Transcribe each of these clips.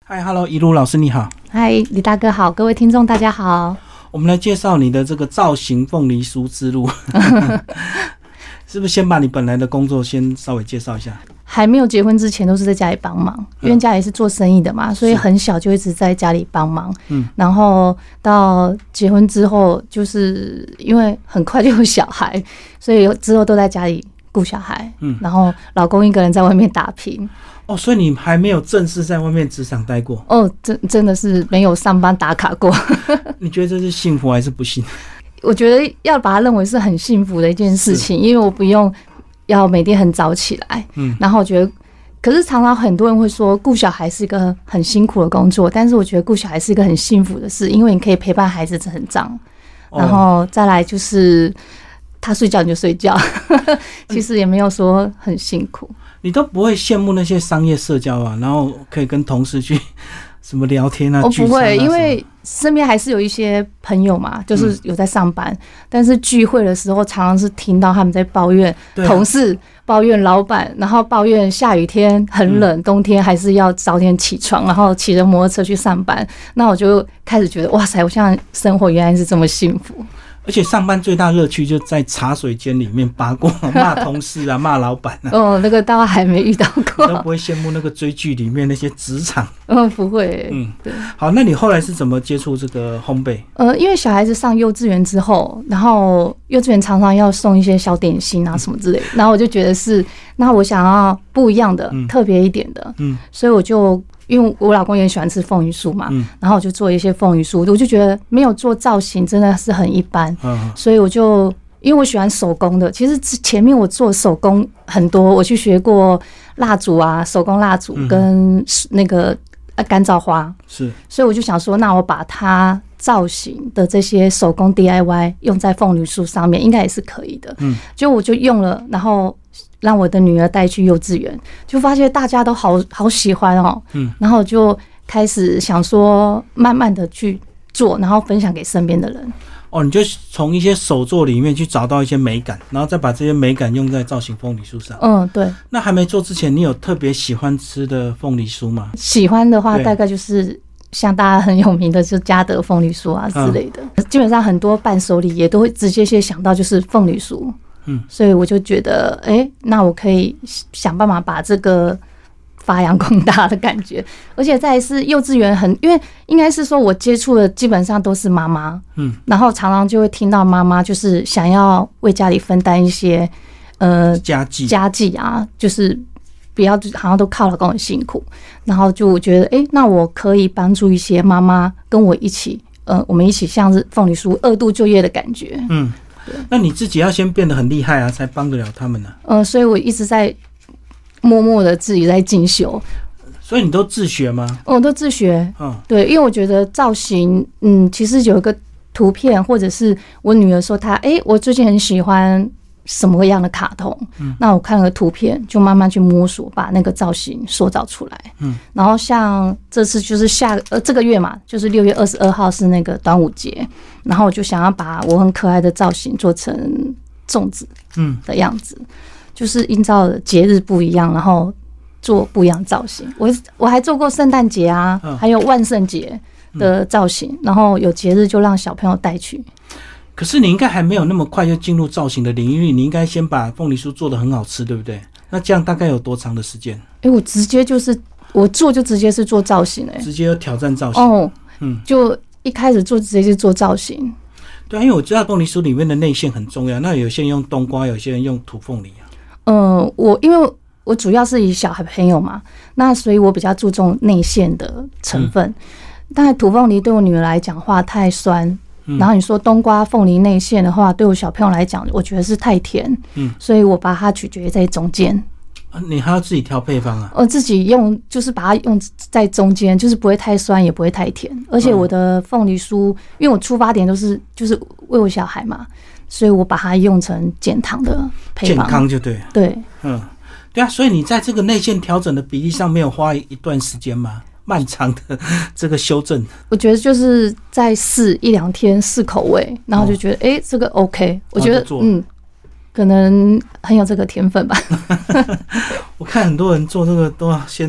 嗨 ，Hello， 一路老师你好。 嗨，李大哥好，各位听众大家好。 我们来介绍你的这个造型凤梨酥之路，是不是先把你本来的工作先稍微介绍一下？ 还没有结婚之前都是在家里帮忙，因为家里是做生意的嘛，所以很小就一直在家里帮忙。然后到结婚之后，就是因为很快就有小孩，所以之后都在家里顾小孩。然后老公一个人在外面打拼。 哦，所以你还没有正式在外面职场待过？ 哦，真的是没有上班打卡过。 你觉得这是幸福还是不幸？ 我觉得要把它认为是很幸福的一件事情，因为我不用要每天很早起来。然后我觉得，可是常常很多人会说顾小孩是一个很辛苦的工作，但是我觉得顾小孩是一个很幸福的事，因为你可以陪伴孩子成长，然后再来就是他睡觉你就睡觉，其实也没有说很辛苦。 你都不会羡慕那些商业社交啊，然后可以跟同事去什么聊天啊？ 我不会，因为身边还是有一些朋友嘛，就是有在上班，但是聚会的时候常常是听到他们在抱怨同事、抱怨老板，然后抱怨下雨天很冷，冬天还是要早点起床，然后骑着摩托车去上班。那我就开始觉得，哇塞，我现在生活原来是这么幸福。 而且上班最大乐趣就在茶水间里面八卦，骂同事啊，骂老板啊。 哦，那个大概还没遇到过。 都不会羡慕那个追剧里面那些职场。 不会。对。 好，那你后来是怎么接触这个烘焙？ 因为小孩子上幼稚园之后，然后幼稚园常常要送一些小点心啊什么之类的，然后我就觉得是，那我想要不一样的、特别一点的，所以我就。因为我老公也喜欢吃凤梨酥嘛，然后我就做一些凤梨酥，我就觉得没有做造型真的是很一般，所以我就因为我喜欢手工的，其实前面我做手工很多，我去学过蜡烛啊，手工蜡烛跟那个干燥花，是，所以我就想说，那我把它造型的这些手工 DIY 用在凤梨酥上面，应该也是可以的。就我就用了，然后让我的女儿带去幼稚园，就发现大家都好喜欢哦。然后就开始想说，慢慢的去做，然后分享给身边的人。 哦，你就从一些手作里面去找到一些美感，然后再把这些美感用在造型凤梨酥上。 对。那还没做之前，你有特别喜欢吃的凤梨酥吗？ 喜欢的话，大概就是像大家很有名的，就是嘉德凤梨酥啊之类的。基本上很多伴手礼也都会直接先想到就是凤梨酥。所以我就觉得，那我可以想办法把这个发扬光大的感觉，而且再来是幼稚园因为应该是说我接触的基本上都是妈妈，然后常常就会听到妈妈就是想要为家里分担一些家计啊，就是不要好像都靠老公很辛苦，然后就觉得那我可以帮助一些妈妈跟我一起，我们一起像是凤梨酥2度就业的感觉。 那你自己要先变得很厉害啊，才帮得了他们呢。 所以我一直在默默的自己在进修。 所以你都自学吗？ 我都自学。对，因为我觉得造型，其实有一个图片，或者是我女儿说她，我最近很喜欢什么样的卡通，那我看了个图片，就慢慢去摸索，把那个造型塑造出来。然后像这次就是这个月嘛，就是6月22号是那个端午节，然后我就想要把我很可爱的造型做成粽子的样子，就是依照节日不一样，然后做不一样造型。我还做过圣诞节啊，还有万圣节的造型，然后有节日就让小朋友带去。 可是你应该还没有那么快就进入造型的领域，你应该先把凤梨酥做得很好吃，对不对？那这样大概有多长的时间？ 我直接就是我做就直接是做造型， 直接有挑战造型。 就一开始做直接是做造型。 对啊，因为我知道凤梨酥里面的内馅很重要，那有些人用冬瓜，有些人用土凤梨啊。 因为我主要是以小孩朋友嘛，那所以我比较注重内馅的成分。当然土凤梨对我女儿来讲话太酸。然后你说冬瓜凤梨内馅的话，对我小朋友来讲，我觉得是太甜，所以我把它取决在中间。 你还要自己调配方啊？ 我自己用，就是把它用在中间，就是不会太酸，也不会太甜。而且我的凤梨酥，因为我出发点就是为我小孩嘛，所以我把它用成减糖的配方， 健康就对了。 对， 对啊，所以你在这个内馅调整的比例上没有花一段时间吗？漫长的这个修正， 我觉得就是在试1-2天试口味，然后就觉得这个 OK， 我觉得可能很有这个天分吧。 我看很多人做这个都要先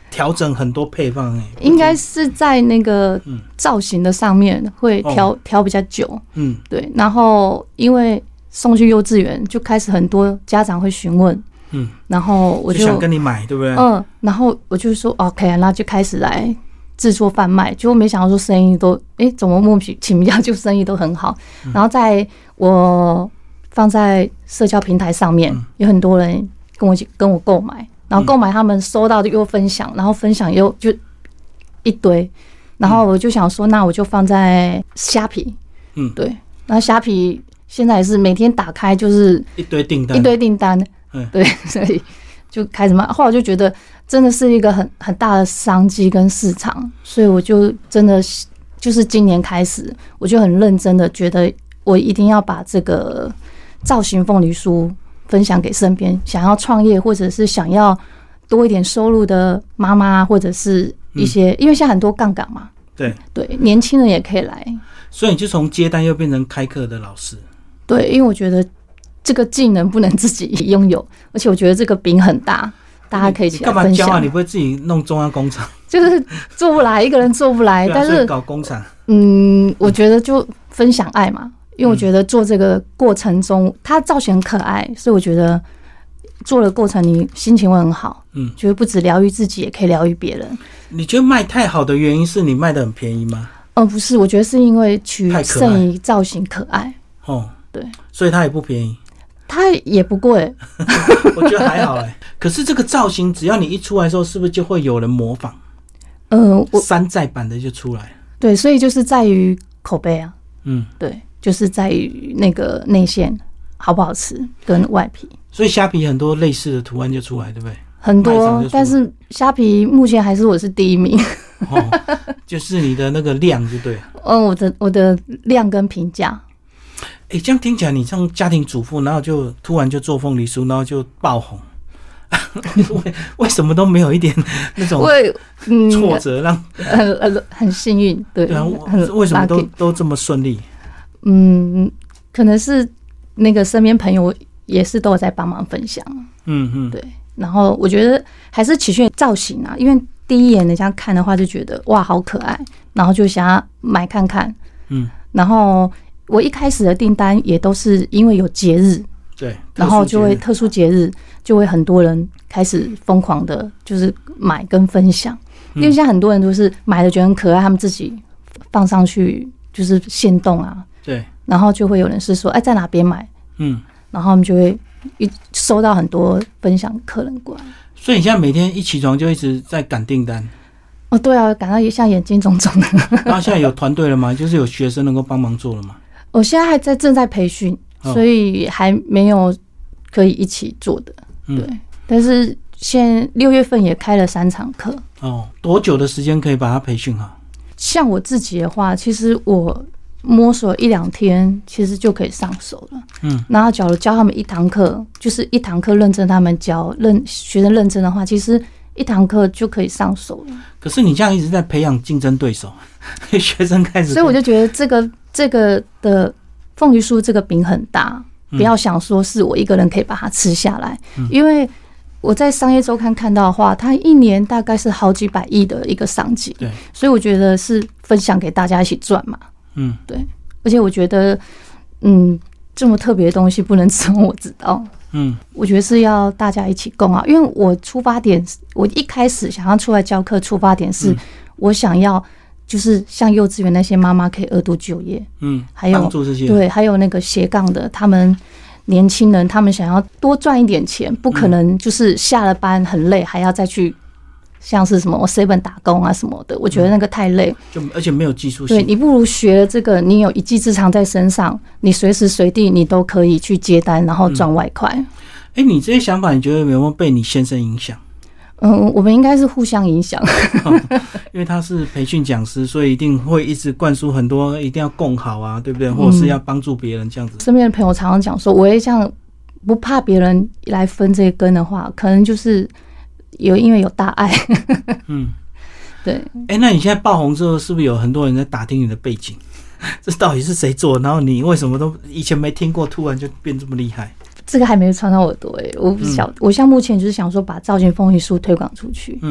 调整很多配方应该是在那个造型的上面会调比较久。对。然后因为送去幼稚园，就开始很多家长会询问。然后我就想跟你买，对不对？ 然后我就说 OK， 然后就开始来制作贩卖，结果没想到说生意都怎么莫名其妙就生意都很好。然后在我放在社交平台上面，有很多人跟我购买，然后购买他们收到的又分享，然后分享又就一堆，然后我就想说，那我就放在虾皮。对，然后虾皮现在也是每天打开就是一堆订单。对，所以就开始卖。后来我就觉得真的是一个很大的商机跟市场，所以我就真的就是今年开始，我就很认真的觉得我一定要把这个造型凤梨酥分享给身边想要创业或者是想要多一点收入的妈妈，或者是一些因为现在很多杠杆嘛，对，年轻人也可以来。 所以你就从接单又变成开课的老师。 对，因为我觉得这个技能不能自己拥有，而且我觉得这个饼很大，大家可以一起来分享。 你干嘛教啊？你不会自己弄中央工厂？ 就是做不来，一个人做不来。但是搞工厂， 我觉得就分享爱嘛，因为我觉得做这个过程中，它造型很可爱，所以我觉得做的过程你心情会很好。就是不止疗愈自己，也可以疗愈别人。 你觉得卖太好的原因是你卖的很便宜吗？ 不是，我觉得是因为取胜于造型可爱。对， 所以它也不便宜。 它也不贵， 我觉得还好可是这个造型，只要你一出来的时候，是不是就会有人模仿？山寨版的就出来了。 对，所以就是在于口碑啊。对，就是在于那个内馅好不好吃跟外皮。所以虾皮很多类似的图案就出来，对不对？ 很多，但是虾皮目前还是我是第一名。 就是你的那个量就对了。 我的量跟评价。 这样听起来你像家庭主妇，然后就突然就做凤梨酥，然后就爆红。为什么都没有一点那种挫折让很幸运？对啊， 为什么都这么顺利？ 可能是那个身边朋友也是都有在帮忙分享。对。然后我觉得还是起源造型啊，因为第一眼人家看的话就觉得哇好可爱，然后就想要买看看。然后我一开始的订单也都是因为有节日， 对， 然后就会特殊节日就会很多人开始疯狂的，就是买跟分享。因为现在很多人都是买了觉得很可爱，他们自己放上去就是限动啊， 对， 然后就会有人是说在哪边买，然后他们就会收到很多分享客人过来。 所以你现在每天一起床就一直在赶订单？ 对啊，赶到一下眼睛肿肿的。 然后现在有团队了吗？就是有学生能够帮忙做了吗？ 我现在正在培训，所以还没有可以一起做的。对，但是现在6月份也开了3场课。 多久的时间可以把它培训好？ 像我自己的话，其实我摸索1-2天，其实就可以上手了。然后假如教他们1堂课，就是1堂课认真他们教，学生认真的话，其实1堂课就可以上手了。 可是你这样一直在培养竞争对手，学生开始， 所以我就觉得这个的凤梨酥这个饼很大，不要想说是我一个人可以把它吃下来。因为我在商业周刊看到的话，它1年大概是好几百亿的一个商机，对，所以我觉得是分享给大家一起赚嘛。对，而且我觉得这么特别的东西不能只有我知道。我觉得是要大家一起共好，因为我出发点，我一开始想要出来教课，出发点是我想要就是像幼稚园那些妈妈可以2度就业，还有帮助这些， 对，还有那个斜杠的，他们年轻人，他们想要多赚一点钱，不可能就是下了班很累，还要再去像是什么我 7 打工啊什么的，我觉得那个太累， 而且没有技术性。 对，你不如学了这个，你有一技之长在身上，你随时随地你都可以去接单，然后赚外快。 你这些想法，你觉得有没有被你先生影响？ 我们应该是互相影响。 因为他是培训讲师，所以一定会一直灌输很多一定要共好啊，对不对？或者是要帮助别人这样子。身边的朋友常常讲说，我会这样，不怕别人来分这个根的话，可能就是因为有大爱。对。那你现在爆红之后，是不是有很多人在打听你的背景？这到底是谁做？然后你为什么都以前没听过，突然就变这么厉害？这个还没传到耳朵我不晓得。我像目前就是想说把造型凤梨酥推广出去。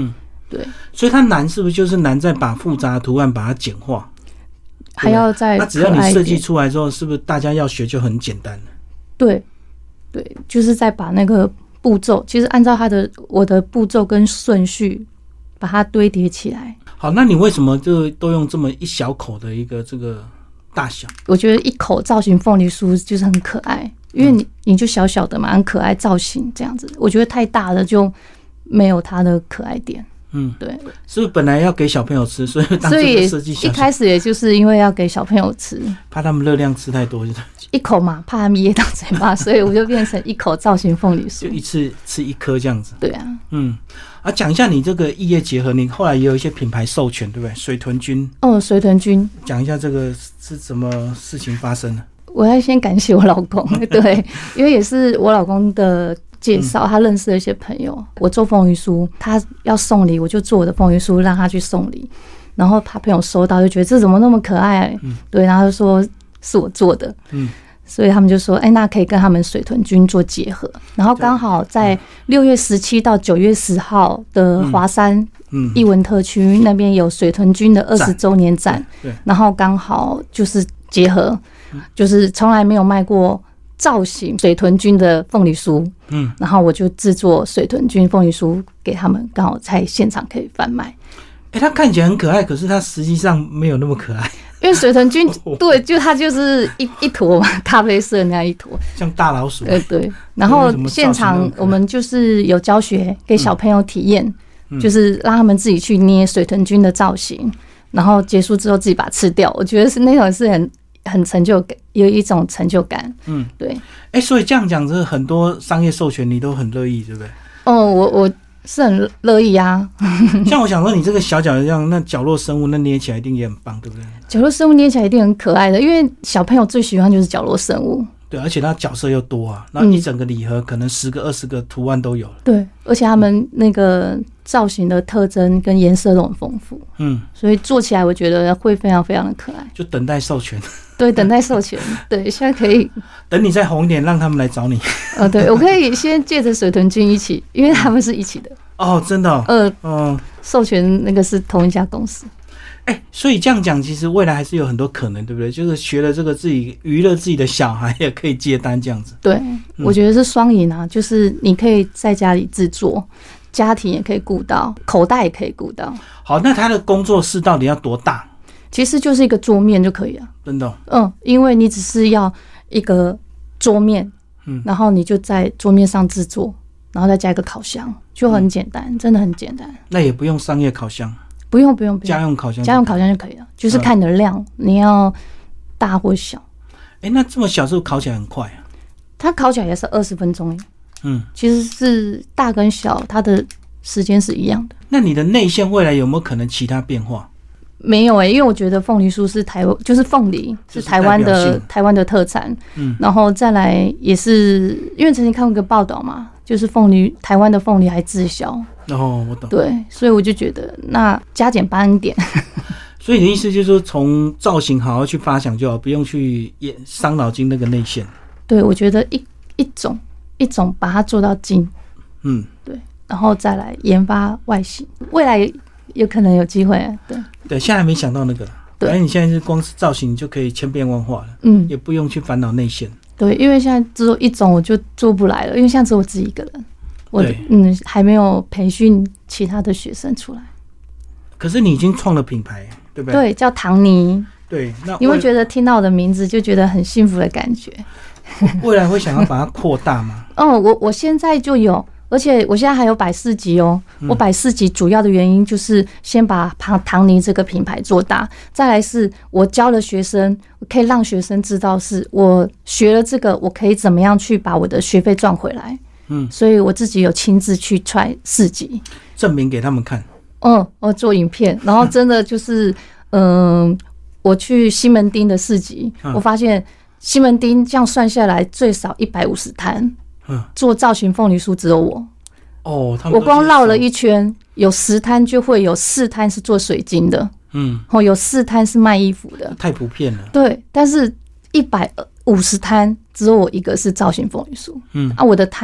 对， 所以它难是不是就是难在把复杂的图案把它简化？ 还要再那只要你设计出来之后，是不是大家要学就很简单了？ 对，对，就是在把那个步骤，其实按照我的步骤跟顺序，把它堆叠起来。 好，那你为什么就都用这么一小口的一个这个大小？ 我觉得一口造型凤梨酥就是很可爱，因为你就小小的嘛，很可爱造型这样子。我觉得太大了就没有它的可爱点。对， 是不是本来要给小朋友吃，所以当这个设计小小， 一开始也就是因为要给小朋友吃， 怕他们热量吃太多， 一口嘛，怕他们噎到嘴巴，所以我就变成一口造型凤梨酥， 就一次吃一颗这样子。 对啊， 讲一下你这个异业结合，你后来也有一些品牌授权，对不对？水豚君， 水豚君， 讲一下这个是什么事情发生了？ 我要先感谢我老公，对，因为也是我老公的介绍，他认识了一些朋友。我做凤梨酥，他要送礼，我就做我的凤梨酥让他去送礼。然后他朋友收到就觉得这怎么那么可爱，对，然后就说是我做的，所以他们就说，那可以跟他们水豚君做结合。然后刚好在6月17到9月10号的华山艺文特区那边有水豚君的20周年展，然后刚好就是结合，就是从来没有卖过造型水豚君的凤梨酥，然后我就制作水豚君凤梨酥给他们，刚好在现场可以贩卖。 它看起来很可爱，可是它实际上没有那么可爱。 因为水豚君对，就它就是一坨嘛，咖啡色那样一坨， 像大老鼠。 对。然后现场我们就是有教学给小朋友体验，就是让他们自己去捏水豚君的造型，然后结束之后自己把它吃掉。我觉得是那种是很成就感，有一种成就感。对。 所以这样讲，这很多商业授权你都很乐意，对不对？ 我是很乐意啊。 像我想说，你这个小小的这样，那角落生物那捏起来一定也很棒，对不对？ 角落生物捏起来一定很可爱的，因为小朋友最喜欢就是角落生物。 对，而且它角色又多啊，那一整个礼盒可能10个20个图案都有了。 对，而且他们那个造型的特征跟颜色都很丰富。所以做起来我觉得会非常非常的可爱。 就等待授权。 对，等待授权。对，现在可以等你再红一点，让他们来找你。 对，我可以先借着水豚君一起，因为他们是一起的。 真的授权那个是同一家公司。 所以这样讲，其实未来还是有很多可能，对不对？就是学了这个自己娱乐自己的小孩，也可以接单这样子。 对，我觉得是双赢啊，就是你可以在家里制作，家庭也可以顾到，口袋也可以顾到。 好，那他的工作室到底要多大？ 其实就是一个桌面就可以了。 真的？ 因为你只是要一个桌面，然后你就在桌面上制作，然后再加一个烤箱，就很简单，真的很简单。 那也不用商业烤箱。 不用， 家用烤箱就可以了，就是看你的量，你要大或小。 那这么小是不是烤起来很快啊？ 它烤起来也是20分钟耶。其实是大跟小，它的时间是一样的。 那你的内馅未来有没有可能其他变化？ 没有因为我觉得凤梨酥是就是凤梨是台湾的特产。然后再来也是因为曾经看过一个报道嘛，就是台湾的凤梨还滞销。 我懂。 对，所以我就觉得那加减8点。 所以你的意思就是说，从造型好好去发想就好，不用去伤脑筋那个内馅。 对，我觉得一种把它做到精。对，然后再来研发外形，未来有可能有机会。 对，现在还没想到那个。对，你现在是光是造型就可以千变万化了。也不用去烦恼内馅。 对，因为现在只有一种我就做不来了，因为现在只有我自己一个人。我还没有培训其他的学生出来。 可是你已经创了品牌，对不对？ 对，叫唐尼。 对，那你会觉得听到我的名字就觉得很幸福的感觉。 未来会想要把它扩大吗？ 我现在就有，而且我现在还有摆市集哦。我摆市集主要的原因就是先把唐尼这个品牌做大，再来是我教了学生，可以让学生知道是我学了这个，我可以怎么样去把我的学费赚回来。所以我自己有亲自去踹市集， 证明给他们看。 我做影片，然后真的就是，我去西门町的市集，我发现西门町这样算下来最少150摊，做造型凤梨酥只有我。我光绕了一圈，有10摊就会有4摊是做水晶的，有4摊是卖衣服的， 太普遍了。对， 但是150摊只有我一个是造型凤梨酥。我的摊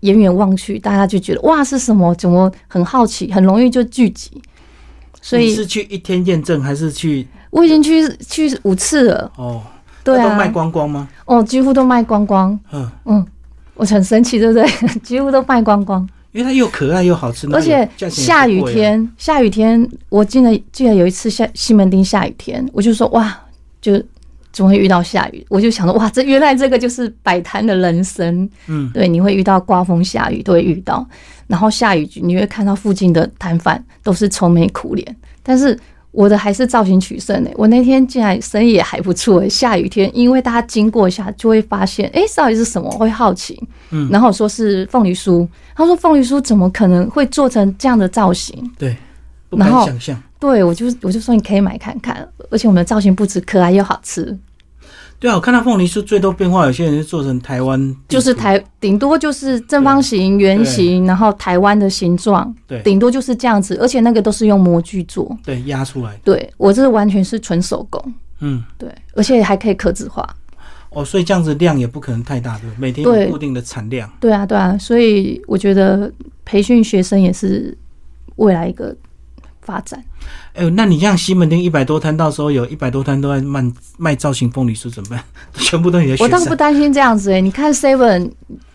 远远望去，大家就觉得哇是什么？怎么很好奇，很容易就聚集。所以你是去一天验证还是去？ 我已经去5次了。 哦， 对啊， 都卖光光吗？ 哦，几乎都卖光光。我很神奇，对不对？几乎都卖光光。 因为它又可爱又好吃， 而且下雨天，我记得有一次西门町下雨天，我就说哇，就怎么会遇到下雨？我就想说哇，原来这个就是摆摊的人生。对，你会遇到刮风下雨都会遇到，然后下雨你会看到附近的摊贩都是愁眉苦脸，但是我的还是造型取胜我那天竟然生意也还不错下雨天，因为大家经过一下就会发现到底是什么，会好奇。然后我说是凤梨酥，他说凤梨酥怎么可能会做成这样的造型？ 对，不敢想象。 对，我就说你可以买看看，而且我们的造型不止可爱又好吃。 对啊，我看到凤梨酥最多变化，有些人是做成台湾， 就是顶多就是正方形、圆形，然后台湾的形状，对，顶多就是这样子，而且那个都是用模具做， 对，压出来。 对，我这完全是纯手工，对，而且还可以客制化。 所以这样子量也不可能太大，对，每天有固定的产量。 对啊，对啊，所以我觉得培训学生也是未来一个发展。 那你像西门町100多摊，到时候有100多摊都在卖造型凤梨酥怎么办？全部都你的学生。 我倒不担心这样子你看 Seven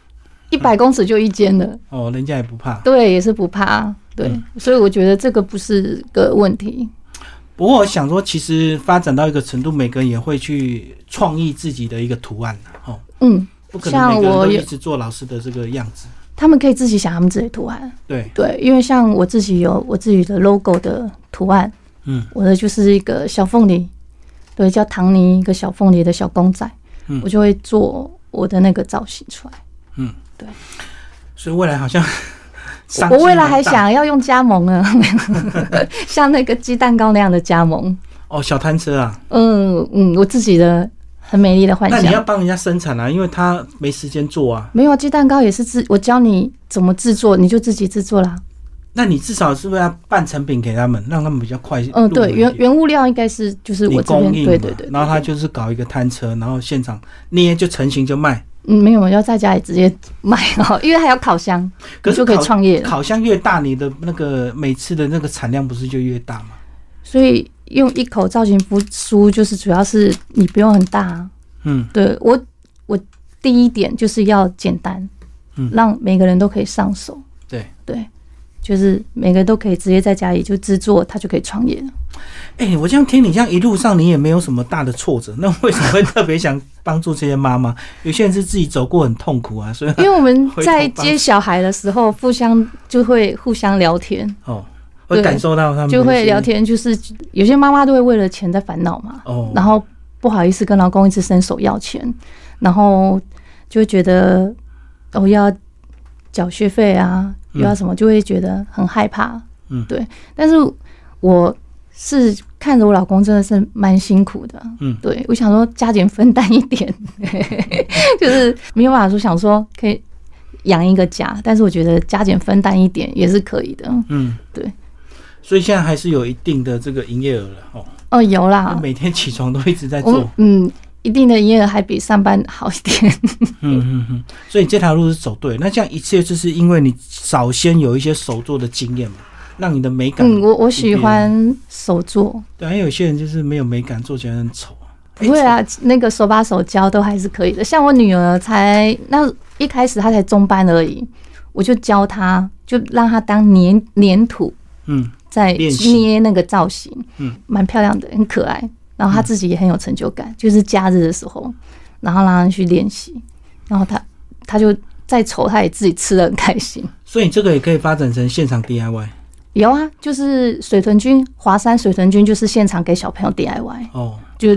100公尺就一间了。 人家也不怕。 对，也是不怕。对，所以我觉得这个不是个问题。 不过我想说，其实发展到一个程度，每个人也会去创意自己的一个图案不可能每个人都一直做老师的这个样子。 他们可以自己想他们自己的图案。对，因为像我自己有我自己的 logo 的图案。我的就是一个小凤梨，对，叫唐尼，一个小凤梨的小公仔。我就会做我的那个造型出来。对。 所以未来好像我未来还想要用加盟呢，像那个鸡蛋糕那样的加盟。 小摊车啊。 我自己的很美丽的幻想。 那你要帮人家生产啊，因为他没时间做啊。 没有，鸡蛋糕也是我教你怎么制作，你就自己制作啦。 那你至少是不是要半成品给他们，让他们比较快？ 对，原物料应该是就是我这边，对。 然后他就是搞一个摊车，然后现场捏就成型就卖。 没有，要在家里直接卖因为还要烤箱， 可是就可以创业了。 烤箱越大，你的那个每次的那个产量不是就越大吗？ 所以用一口造型酥就是主要是你不用很大。对，我第一点就是要简单，让每个人都可以上手。对。就是每个都可以直接在家里就制作，他就可以创业了。 我这样听你这样一路上你也没有什么大的挫折，那为什么会特别想帮助这些妈妈？有些人是自己走过很痛苦啊，所以因为我们在接小孩的时候，就会互相聊天会感受到他们就会聊天，就是有些妈妈都会为了钱在烦恼嘛，然后不好意思跟老公一直伸手要钱，然后就会觉得要缴学费啊。又要什么就会觉得很害怕。对。但是我是看着我老公真的是蛮辛苦的。对，我想说加减分担一点，就是没有办法说想说可以养一个家，但是我觉得加减分担一点也是可以的。对。 所以现在还是有一定的这个营业额了有啦， 每天起床都一直在做。 一定的营业额还比上班好一点。 所以这条路是走对。那这样一切就是因为你早先有一些手作的经验嘛，让你的美感。 我喜欢手作。 对，还有些人就是没有美感，做起来很丑。 不会啊，那个手把手教都还是可以的。像我女儿一开始她才中班而已，我就教她，就让她当粘土，在捏那个造型，蛮漂亮的，很可爱。然后他自己也很有成就感，就是假日的时候，然后让他去练习，然后他就再丑，他也自己吃得很开心。 所以这个也可以发展成现场 DIY。 有啊，就是水豚菌，华山水豚菌就是现场给小朋友 DIY。就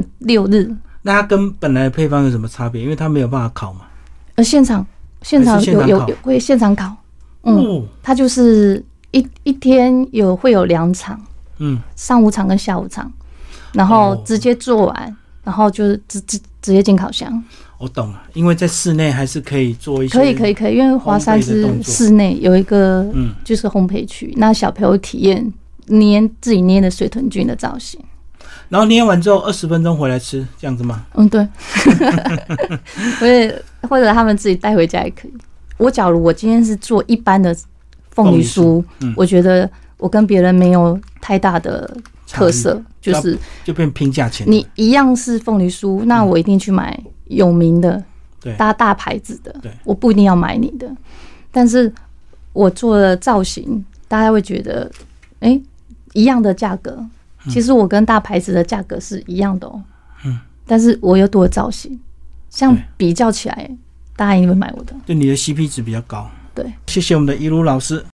6日。那它跟本来的配方有什么差别？因为它没有办法烤嘛。 现场有会现场烤。它就是一天会有2场，上午场跟下午场。然后直接做完，然后就是直接进烤箱。 我懂了，因为在室内还是可以做一些。 可以，因为华山是室内有一个就是烘焙区，那小朋友体验自己捏的水豚菌的造型。 然后捏完之后20分钟回来吃，这样子吗？ 对。或者他们自己带回家也可以。 我假如我今天是做一般的凤梨酥，我觉得我跟别人没有太大的特色， 就变拼价钱。 你一样是凤梨酥，那我一定去买有名的，大牌子的，我不一定要买你的。但是我做的造型，大家会觉得，一样的价格，其实我跟大牌子的价格是一样的哦。但是我又多了造型，像比较起来，大家一定会买我的。 对，你的 CP 值比较高。 对， 谢谢我们的一如老师。